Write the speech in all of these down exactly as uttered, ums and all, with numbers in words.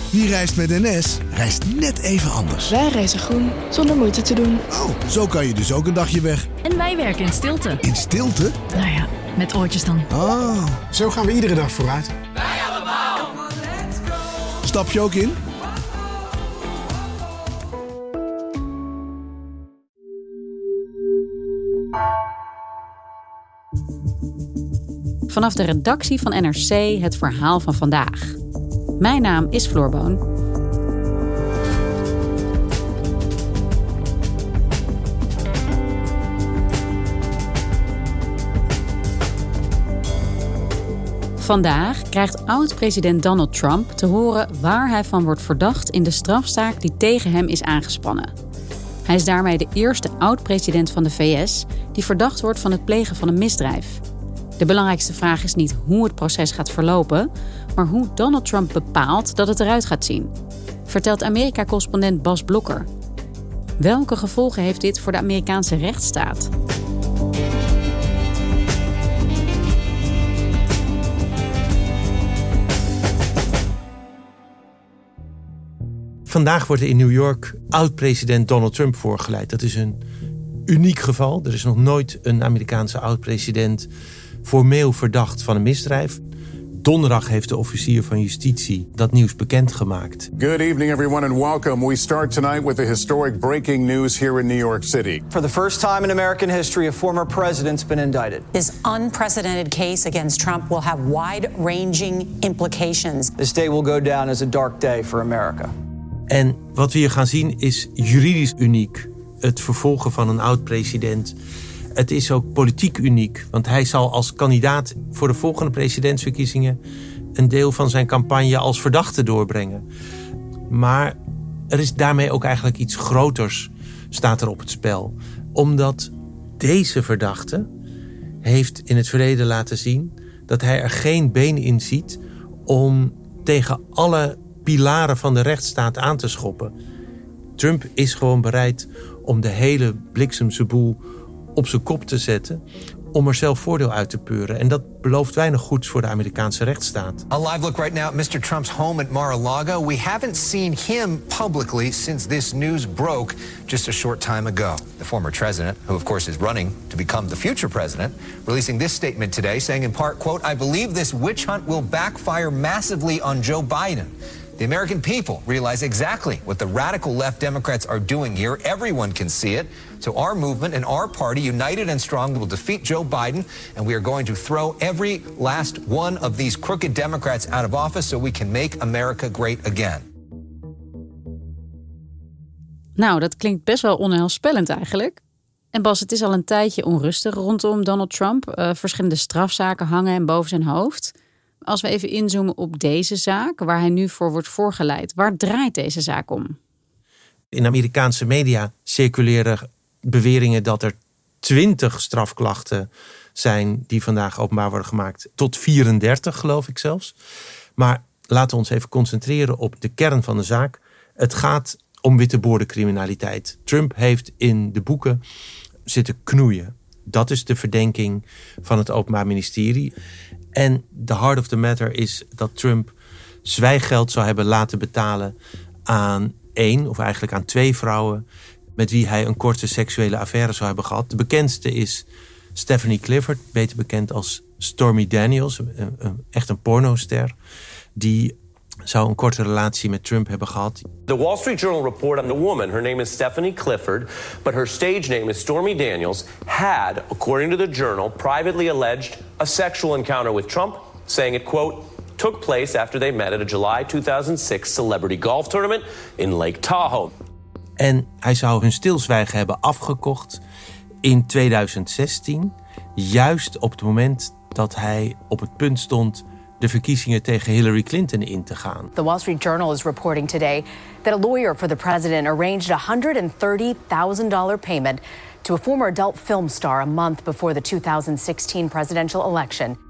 Wie reist met N S, reist net even anders. Wij reizen groen, zonder moeite te doen. Oh, zo kan je dus ook een dagje weg. En wij werken in stilte. In stilte? Nou ja, met oortjes dan. Oh. Zo gaan we iedere dag vooruit. Wij allemaal. Stap je ook in? Vanaf de redactie van N R C het verhaal van vandaag. Mijn naam is Floor Boon. Vandaag krijgt oud-president Donald Trump te horen waar hij van wordt verdacht in de strafzaak die tegen hem is aangespannen. Hij is daarmee de eerste oud-president van de V S die verdacht wordt van het plegen van een misdrijf. De belangrijkste vraag is niet hoe het proces gaat verlopen, maar hoe Donald Trump bepaalt dat het eruit gaat zien. Vertelt Amerika-correspondent Bas Blokker. Welke gevolgen heeft dit voor de Amerikaanse rechtsstaat? Vandaag wordt er in New York oud-president Donald Trump voorgeleid. Dat is een uniek geval. Er is nog nooit een Amerikaanse oud-president formeel verdacht van een misdrijf. Donderdag heeft de officier van justitie dat nieuws bekendgemaakt. Good evening everyone and welcome. We start tonight with the historic breaking news here in New York City. For the first time in American history, a former president's been indicted. This unprecedented case against Trump will have wide-ranging implications. This day will go down as a dark day for America. En wat we hier gaan zien is juridisch uniek. Het vervolgen van een oud-president. Het is ook politiek uniek, want hij zal als kandidaat voor de volgende presidentsverkiezingen een deel van zijn campagne als verdachte doorbrengen. Maar er is daarmee ook eigenlijk iets groters staat er op het spel. Omdat deze verdachte heeft in het verleden laten zien dat hij er geen been in ziet om tegen alle pilaren van de rechtsstaat aan te schoppen. Trump is gewoon bereid om de hele bliksemse boel op zijn kop te zetten om er zelf voordeel uit te peuren. En dat belooft weinig goeds voor de Amerikaanse rechtsstaat. A live look right now at mister Trump's home at Mar-a-Lago. We haven't seen him publicly since this news broke just a short time ago. The former president, who of course is running to become the future president, releasing this statement today saying in part, quote, I believe this witch hunt will backfire massively on Joe Biden. The American people realize exactly what the radical left Democrats are doing here. Everyone can see it. So our movement and our party, united and strong, will defeat Joe Biden. And we are going to throw every last one of these crooked Democrats out of office so we can make America great again. Nou, dat klinkt best wel onheilspellend eigenlijk. En Bas, het is al een tijdje onrustig rondom Donald Trump. Uh, verschillende strafzaken hangen hem boven zijn hoofd. Als we even inzoomen op deze zaak, waar hij nu voor wordt voorgeleid. Waar draait deze zaak om? In Amerikaanse media circuleren beweringen dat er twintig strafklachten zijn die vandaag openbaar worden gemaakt. Tot vierendertig geloof ik zelfs. Maar laten we ons even concentreren op de kern van de zaak. Het gaat om witteboordencriminaliteit. Trump heeft in de boeken zitten knoeien. Dat is de verdenking van het Openbaar Ministerie. En the heart of the matter is dat Trump zwijggeld zou hebben laten betalen aan één, of eigenlijk aan twee vrouwen, met wie hij een korte seksuele affaire zou hebben gehad. De bekendste is Stephanie Clifford, beter bekend als Stormy Daniels, een, een, echt een pornoster, die zou een korte relatie met Trump hebben gehad. The Wall Street Journal report on the woman, her name is Stephanie Clifford, but her stage name is Stormy Daniels, had, according to the Journal, privately alleged a sexual encounter with Trump, saying it, quote, took place after they met at a July two thousand six celebrity golf tournament in Lake Tahoe. En hij zou hun stilzwijgen hebben afgekocht in tweeduizend zestien, juist op het moment dat hij op het punt stond de verkiezingen tegen Hillary Clinton in te gaan. The Wall Street Journal is reporting today that a lawyer for the president arranged a one hundred thirty thousand dollars payment to a former adult film star a month before the two thousand sixteen presidential election.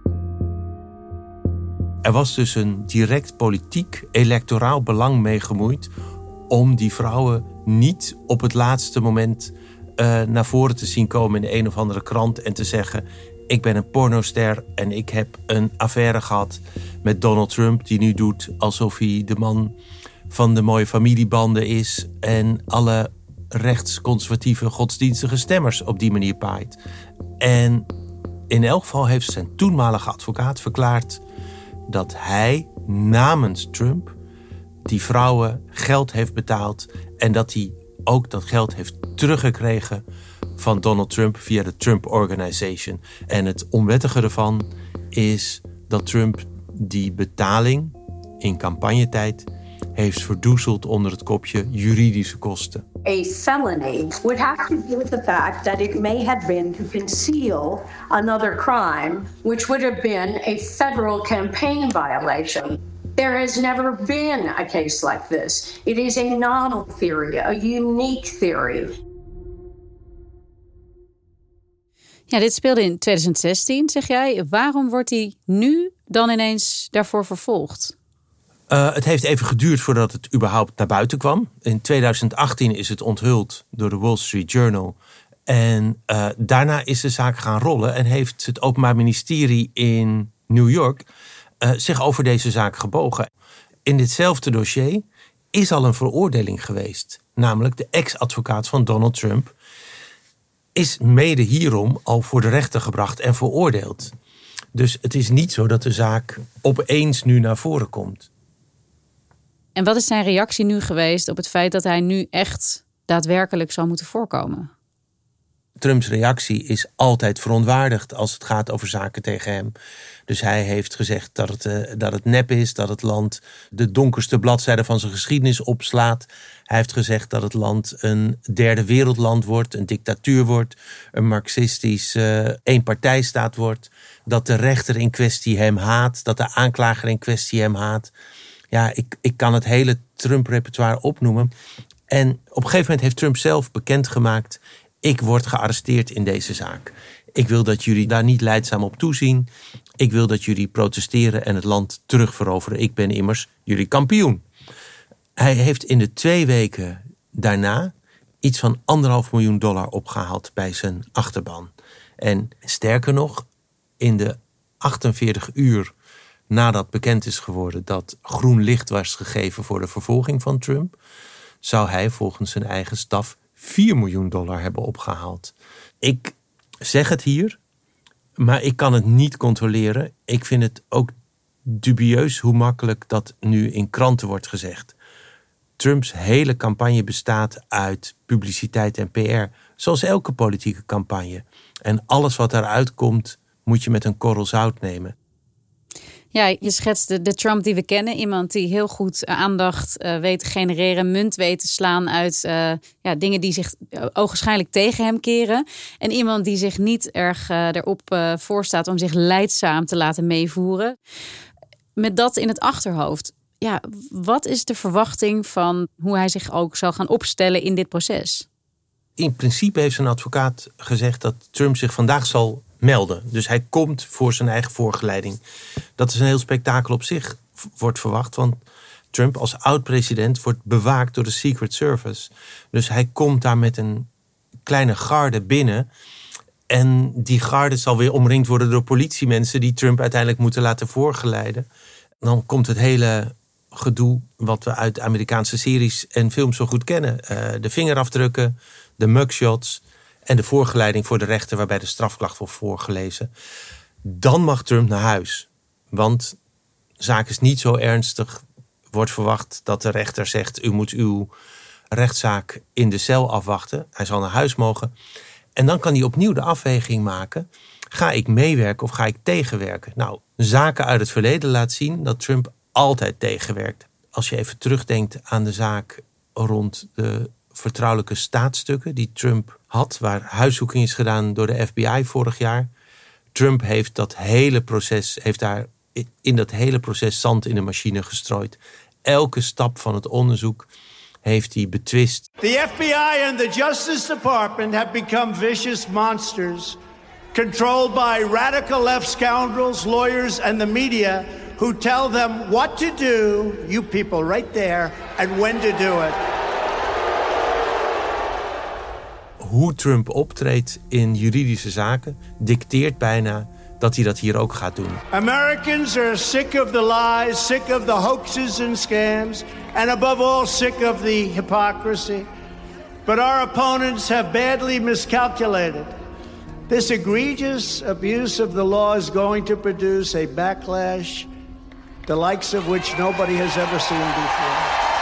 Er was dus een direct politiek, electoraal belang mee gemoeid om die vrouwen niet op het laatste moment uh, naar voren te zien komen in de een of andere krant en te zeggen: ik ben een pornoster en ik heb een affaire gehad met Donald Trump, die nu doet alsof hij de man van de mooie familiebanden is en alle rechtsconservatieve godsdienstige stemmers op die manier paait. En in elk geval heeft zijn toenmalige advocaat verklaard dat hij namens Trump die vrouwen geld heeft betaald en dat hij ook dat geld heeft teruggekregen van Donald Trump via de Trump Organization. En het onwettige ervan is dat Trump die betaling in campagnetijd heeft verdoezeld onder het kopje juridische kosten. A felony would have to do with the fact that it may have been to conceal another crime, which would have been a federal campaign violation. There has never been a case like this. It is a novel theory, a unique theory. Ja, dit speelde in twintig zestien, zeg jij. Waarom wordt hij nu dan ineens daarvoor vervolgd? Uh, het heeft even geduurd voordat het überhaupt naar buiten kwam. In twintig achttien is het onthuld door de Wall Street Journal. En uh, daarna is de zaak gaan rollen en heeft het Openbaar Ministerie in New York uh, zich over deze zaak gebogen. In ditzelfde dossier is al een veroordeling geweest. Namelijk de ex-advocaat van Donald Trump is mede hierom al voor de rechter gebracht en veroordeeld. Dus het is niet zo dat de zaak opeens nu naar voren komt. En wat is zijn reactie nu geweest op het feit dat hij nu echt daadwerkelijk zal moeten voorkomen? Trumps reactie is altijd verontwaardigd als het gaat over zaken tegen hem. Dus hij heeft gezegd dat het, uh, dat het nep is, dat het land de donkerste bladzijde van zijn geschiedenis opslaat. Hij heeft gezegd dat het land een derde wereldland wordt, een dictatuur wordt, een marxistisch uh, eenpartijstaat wordt. Dat de rechter in kwestie hem haat, dat de aanklager in kwestie hem haat. Ja, ik, ik kan het hele Trump-repertoire opnoemen. En op een gegeven moment heeft Trump zelf bekendgemaakt: ik word gearresteerd in deze zaak. Ik wil dat jullie daar niet lijdzaam op toezien. Ik wil dat jullie protesteren en het land terugveroveren. Ik ben immers jullie kampioen. Hij heeft in de twee weken daarna iets van anderhalf miljoen dollar opgehaald bij zijn achterban. En sterker nog, in de achtenveertig uur nadat bekend is geworden dat groen licht was gegeven voor de vervolging van Trump, zou hij volgens zijn eigen staf vier miljoen dollar hebben opgehaald. Ik zeg het hier, maar ik kan het niet controleren. Ik vind het ook dubieus hoe makkelijk dat nu in kranten wordt gezegd. Trumps hele campagne bestaat uit publiciteit en P R, zoals elke politieke campagne. En alles wat daaruit komt, moet je met een korrel zout nemen. Ja, je schetst de, de Trump die we kennen. Iemand die heel goed aandacht uh, weet te genereren, munt weet te slaan uit uh, ja, dingen die zich uh, ogenschijnlijk tegen hem keren. En iemand die zich niet erg uh, erop uh, voorstaat om zich lijdzaam te laten meevoeren. Met dat in het achterhoofd. Ja, wat is de verwachting van hoe hij zich ook zal gaan opstellen in dit proces? In principe heeft zijn advocaat gezegd dat Trump zich vandaag zal melden. Dus hij komt voor zijn eigen voorgeleiding. Dat is een heel spektakel op zich, wordt verwacht. Want Trump als oud-president wordt bewaakt door de Secret Service. Dus hij komt daar met een kleine garde binnen. En die garde zal weer omringd worden door politiemensen die Trump uiteindelijk moeten laten voorgeleiden. Dan komt het hele gedoe wat we uit Amerikaanse series en films zo goed kennen. Uh, de vingerafdrukken, de mugshots en de voorgeleiding voor de rechter waarbij de strafklacht wordt voorgelezen. Dan mag Trump naar huis. Want de zaak is niet zo ernstig. Wordt verwacht dat de rechter zegt: u moet uw rechtszaak in de cel afwachten. Hij zal naar huis mogen. En dan kan hij opnieuw de afweging maken: ga ik meewerken of ga ik tegenwerken? Nou, zaken uit het verleden laat zien dat Trump altijd tegenwerkt. Als je even terugdenkt aan de zaak rond de vertrouwelijke staatsstukken die Trump had, waar huiszoeking is gedaan door de F B I vorig jaar. Trump heeft dat hele proces, heeft daar in dat hele proces zand in de machine gestrooid. Elke stap van het onderzoek heeft hij betwist. The F B I and the Justice Department have become vicious monsters, controlled by radical left scoundrels, lawyers and the media who tell them what to do, you people right there, and when to do it. Hoe Trump optreedt in juridische zaken dicteert bijna dat hij dat hier ook gaat doen. Americans are sick of the lies, sick of the hoaxes and scams, and above all, sick of the hypocrisy. But our opponents have badly miscalculated. This egregious abuse of the law is going to produce a backlash, the likes of which nobody has ever seen before.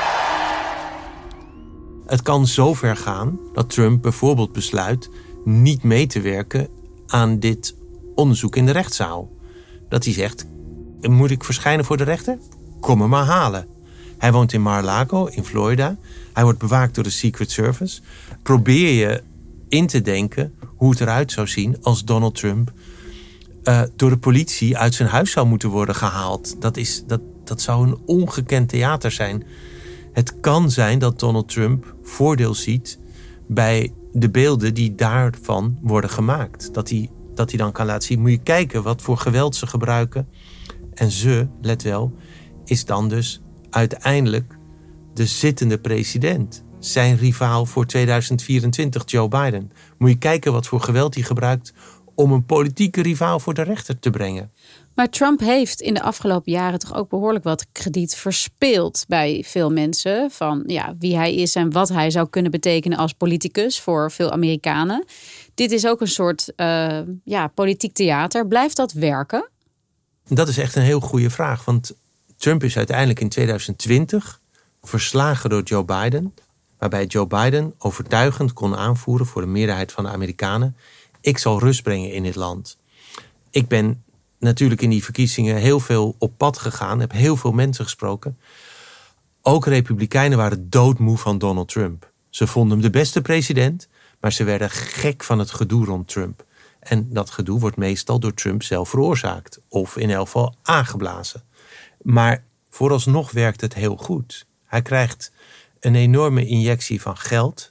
Het kan zo ver gaan dat Trump bijvoorbeeld besluit niet mee te werken aan dit onderzoek in de rechtszaal. Dat hij zegt, moet ik verschijnen voor de rechter? Kom me maar halen. Hij woont in Mar-a-Lago in Florida. Hij wordt bewaakt door de Secret Service. Probeer je in te denken hoe het eruit zou zien als Donald Trump uh, door de politie uit zijn huis zou moeten worden gehaald. Dat, is, dat, dat zou een ongekend theater zijn. Het kan zijn dat Donald Trump voordeel ziet bij de beelden die daarvan worden gemaakt. Dat hij, dat hij dan kan laten zien, moet je kijken wat voor geweld ze gebruiken. En ze, let wel, is dan dus uiteindelijk de zittende president. Zijn rivaal voor tweeduizend vierentwintig, Joe Biden. Moet je kijken wat voor geweld hij gebruikt om een politieke rivaal voor de rechter te brengen. Maar Trump heeft in de afgelopen jaren toch ook behoorlijk wat krediet verspeeld bij veel mensen. Van ja, wie hij is en wat hij zou kunnen betekenen als politicus voor veel Amerikanen. Dit is ook een soort uh, ja, politiek theater. Blijft dat werken? Dat is echt een heel goede vraag. Want Trump is uiteindelijk in tweeduizend twintig verslagen door Joe Biden. Waarbij Joe Biden overtuigend kon aanvoeren voor de meerderheid van de Amerikanen. Ik zal rust brengen in dit land. Ik ben natuurlijk in die verkiezingen heel veel op pad gegaan. Heb heel veel mensen gesproken. Ook Republikeinen waren doodmoe van Donald Trump. Ze vonden hem de beste president. Maar ze werden gek van het gedoe rond Trump. En dat gedoe wordt meestal door Trump zelf veroorzaakt. Of in elk geval aangeblazen. Maar vooralsnog werkt het heel goed. Hij krijgt een enorme injectie van geld.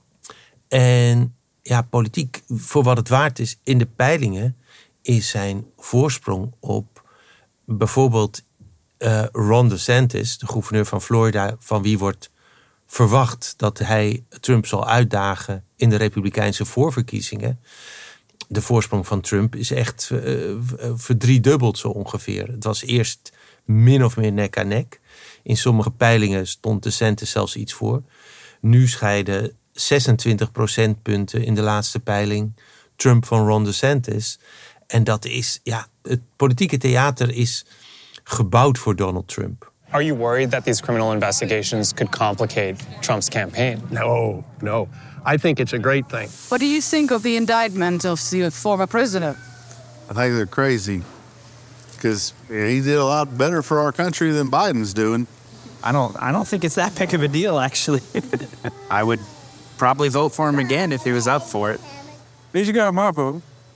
En ja, politiek, voor wat het waard is, in de peilingen is zijn voorsprong op bijvoorbeeld uh, Ron DeSantis, de gouverneur van Florida, van wie wordt verwacht dat hij Trump zal uitdagen in de Republikeinse voorverkiezingen. De voorsprong van Trump is echt uh, verdriedubbeld zo ongeveer. Het was eerst min of meer nek aan nek. In sommige peilingen stond DeSantis zelfs iets voor. Nu scheiden zesentwintig procentpunten in de laatste peiling Trump van Ron DeSantis. En dat is, ja, het politieke theater is gebouwd voor Donald Trump. Are you worried that these criminal investigations could complicate Trump's campaign? No, no. I think it's a great thing. What do you think of the indictment of the former president? I think they're crazy. Because he did a lot better for our country than Biden's doing. I don't I don't think it's that big of a deal, actually. I would probably vote for him again if he was up for it. At least you got him up, bro.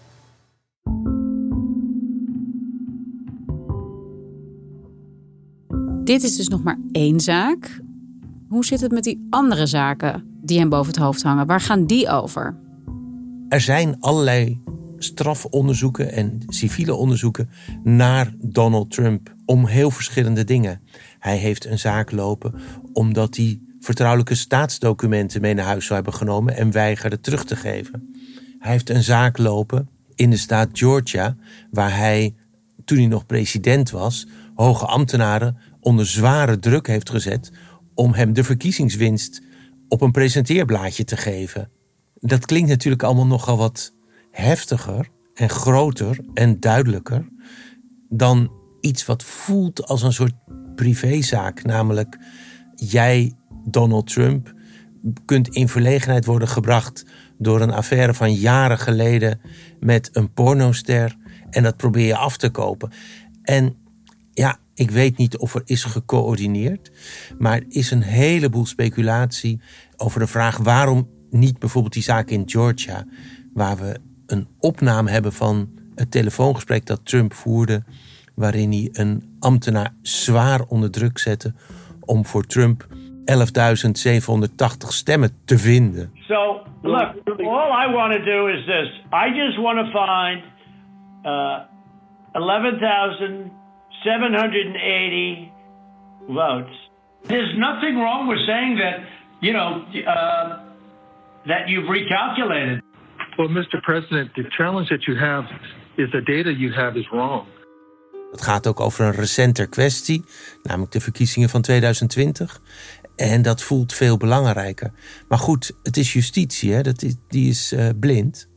Dit is dus nog maar één zaak. Hoe zit het met die andere zaken die hem boven het hoofd hangen? Waar gaan die over? Er zijn allerlei strafonderzoeken en civiele onderzoeken naar Donald Trump om heel verschillende dingen. Hij heeft een zaak lopen omdat hij vertrouwelijke staatsdocumenten mee naar huis zou hebben genomen en weigerde terug te geven. Hij heeft een zaak lopen in de staat Georgia, waar hij, toen hij nog president was, hoge ambtenaren onder zware druk heeft gezet om hem de verkiezingswinst op een presenteerblaadje te geven. Dat klinkt natuurlijk allemaal nogal wat heftiger en groter en duidelijker dan iets wat voelt als een soort privézaak. Namelijk, jij, Donald Trump, kunt in verlegenheid worden gebracht door een affaire van jaren geleden met een pornoster en dat probeer je af te kopen. En ja, ik weet niet of er is gecoördineerd, maar er is een heleboel speculatie over de vraag waarom niet bijvoorbeeld die zaak in Georgia, waar we een opname hebben van het telefoongesprek dat Trump voerde, waarin hij een ambtenaar zwaar onder druk zette om voor Trump elfduizend zevenhonderdtachtig stemmen te vinden. So, look, all I want to do is this. I just want to find uh, eleven thousand seven hundred eighty votes. There's nothing wrong with saying that, you know, uh, that you've recalculated. Well, Mister President, the challenge that you have is the data you have is wrong. Het gaat ook over een recenter kwestie, namelijk de verkiezingen van tweeduizend twintig. En dat voelt veel belangrijker. Maar goed, het is justitie, hè? Dat is, die is uh, blind.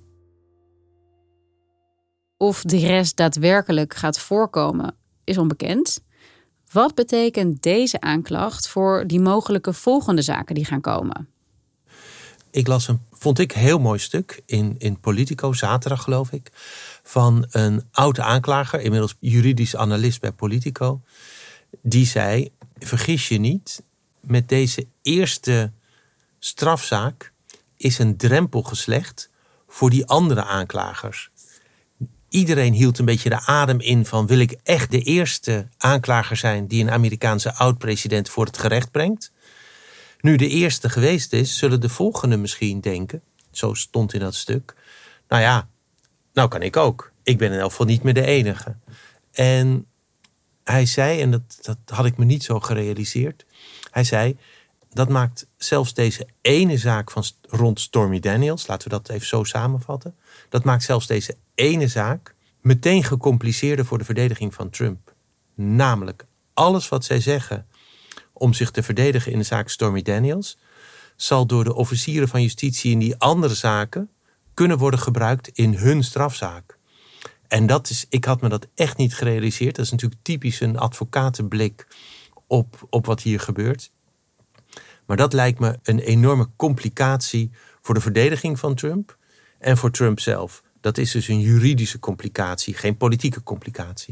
Of de rest daadwerkelijk gaat voorkomen, is onbekend. Wat betekent deze aanklacht voor die mogelijke volgende zaken die gaan komen? Ik las een, vond ik, heel mooi stuk in, in Politico, zaterdag geloof ik, van een oude aanklager, inmiddels juridisch analist bij Politico. Die zei, vergis je niet, met deze eerste strafzaak is een drempel geslecht voor die andere aanklagers. Iedereen hield een beetje de adem in van, wil ik echt de eerste aanklager zijn die een Amerikaanse oud-president voor het gerecht brengt? Nu de eerste geweest is, zullen de volgende misschien denken, zo stond in dat stuk, nou ja, nou kan ik ook. Ik ben in elk geval niet meer de enige. En hij zei, en dat, dat had ik me niet zo gerealiseerd, hij zei, dat maakt zelfs deze ene zaak van rond Stormy Daniels, laten we dat even zo samenvatten, dat maakt zelfs deze ene zaak meteen gecompliceerder voor de verdediging van Trump. Namelijk, alles wat zij zeggen om zich te verdedigen in de zaak Stormy Daniels zal door de officieren van justitie in die andere zaken kunnen worden gebruikt in hun strafzaak. En dat is, ik had me dat echt niet gerealiseerd. Dat is natuurlijk typisch een advocatenblik op, op wat hier gebeurt. Maar dat lijkt me een enorme complicatie voor de verdediging van Trump en voor Trump zelf. Dat is dus een juridische complicatie, geen politieke complicatie.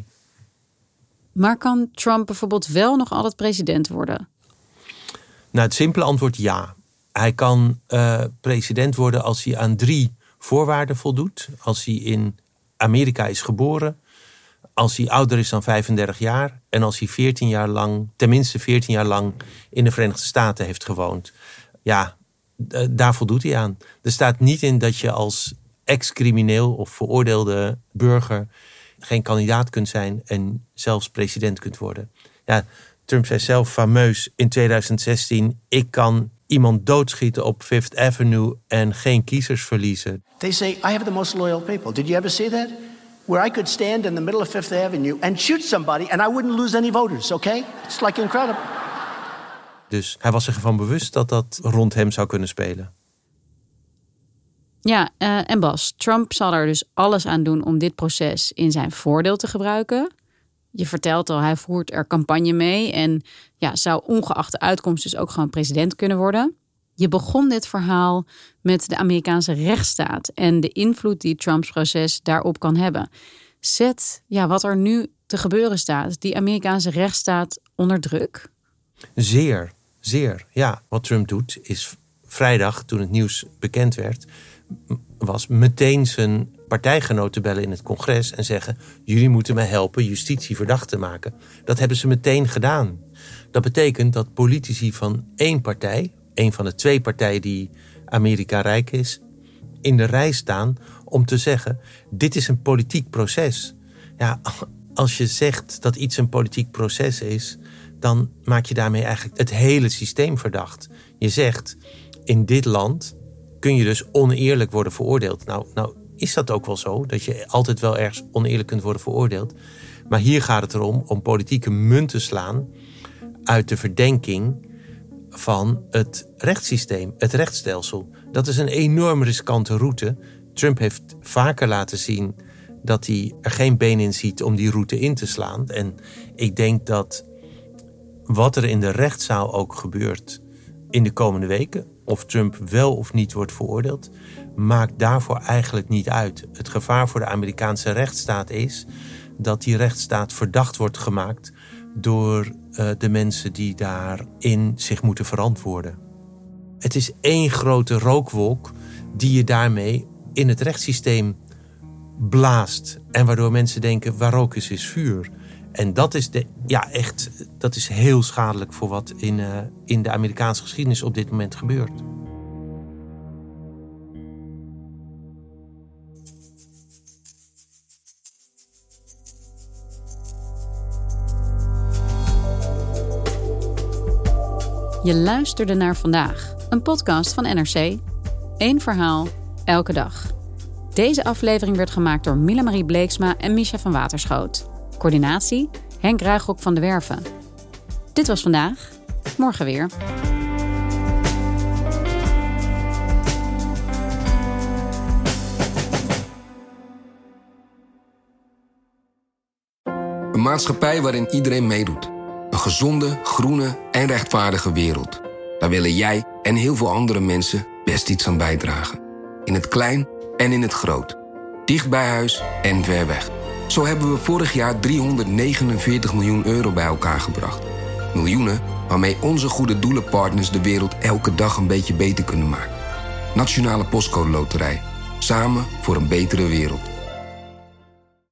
Maar kan Trump bijvoorbeeld wel nog altijd president worden? Nou, het simpele antwoord ja. Hij kan uh, president worden als hij aan drie voorwaarden voldoet. Als hij in Amerika is geboren, als hij ouder is dan vijfendertig jaar en als hij veertien jaar lang, tenminste veertien jaar lang in de Verenigde Staten heeft gewoond. Ja, d- daar voldoet hij aan. Er staat niet in dat je als ex-crimineel of veroordeelde burger geen kandidaat kunt zijn en zelfs president kunt worden. Ja, Trump zei zelf fameus in tweeduizend zestien, ik kan iemand doodschieten op Fifth Avenue en geen kiezers verliezen. They say, I have the most loyal people. Did you ever see that? Where I could stand in the middle of Fifth Avenue and shoot somebody and I wouldn't lose any voters, okay? It's like incredible. Dus hij was zich ervan bewust dat dat rond hem zou kunnen spelen. Ja, uh, en Bas, Trump zal er dus alles aan doen om dit proces in zijn voordeel te gebruiken. Je vertelt al, hij voert er campagne mee en ja, zou ongeacht de uitkomst dus ook gewoon president kunnen worden. Je begon dit verhaal met de Amerikaanse rechtsstaat en de invloed die Trumps proces daarop kan hebben. Zet ja, wat er nu te gebeuren staat, die Amerikaanse rechtsstaat onder druk? Zeer, zeer. Ja, wat Trump doet is vrijdag, toen het nieuws bekend werd, was meteen zijn partijgenoten bellen in het congres en zeggen, jullie moeten mij helpen justitie verdacht te maken. Dat hebben ze meteen gedaan. Dat betekent dat politici van één partij, een van de twee partijen die Amerika rijk is, in de rij staan om te zeggen, dit is een politiek proces. Ja, als je zegt dat iets een politiek proces is, dan maak je daarmee eigenlijk het hele systeem verdacht. Je zegt, in dit land kun je dus oneerlijk worden veroordeeld. Nou, nou is dat ook wel zo, dat je altijd wel ergens oneerlijk kunt worden veroordeeld. Maar hier gaat het erom om politieke munt te slaan uit de verdenking van het rechtssysteem, het rechtsstelsel. Dat is een enorm riskante route. Trump heeft vaker laten zien dat hij er geen been in ziet om die route in te slaan. En ik denk dat wat er in de rechtszaal ook gebeurt in de komende weken, of Trump wel of niet wordt veroordeeld, maakt daarvoor eigenlijk niet uit. Het gevaar voor de Amerikaanse rechtsstaat is dat die rechtsstaat verdacht wordt gemaakt door uh, de mensen die daarin zich moeten verantwoorden. Het is één grote rookwolk die je daarmee in het rechtssysteem blaast. En waardoor mensen denken, waar rook is, is vuur. En dat is, de, ja, echt, dat is heel schadelijk voor wat in, uh, in de Amerikaanse geschiedenis op dit moment gebeurt. Je luisterde naar Vandaag, een podcast van N R C. Eén verhaal, elke dag. Deze aflevering werd gemaakt door Mila Marie Bleeksma en Misha van Waterschoot. Coördinatie Henk Ruigrok van de Werven. Dit was Vandaag, morgen weer. Een maatschappij waarin iedereen meedoet. Een gezonde, groene en rechtvaardige wereld. Daar willen jij en heel veel andere mensen best iets aan bijdragen. In het klein en in het groot. Dicht bij huis en ver weg. Zo hebben we vorig jaar driehonderdnegenenveertig miljoen euro bij elkaar gebracht. Miljoenen waarmee onze goede doelenpartners de wereld elke dag een beetje beter kunnen maken. Nationale Postcode Loterij. Samen voor een betere wereld.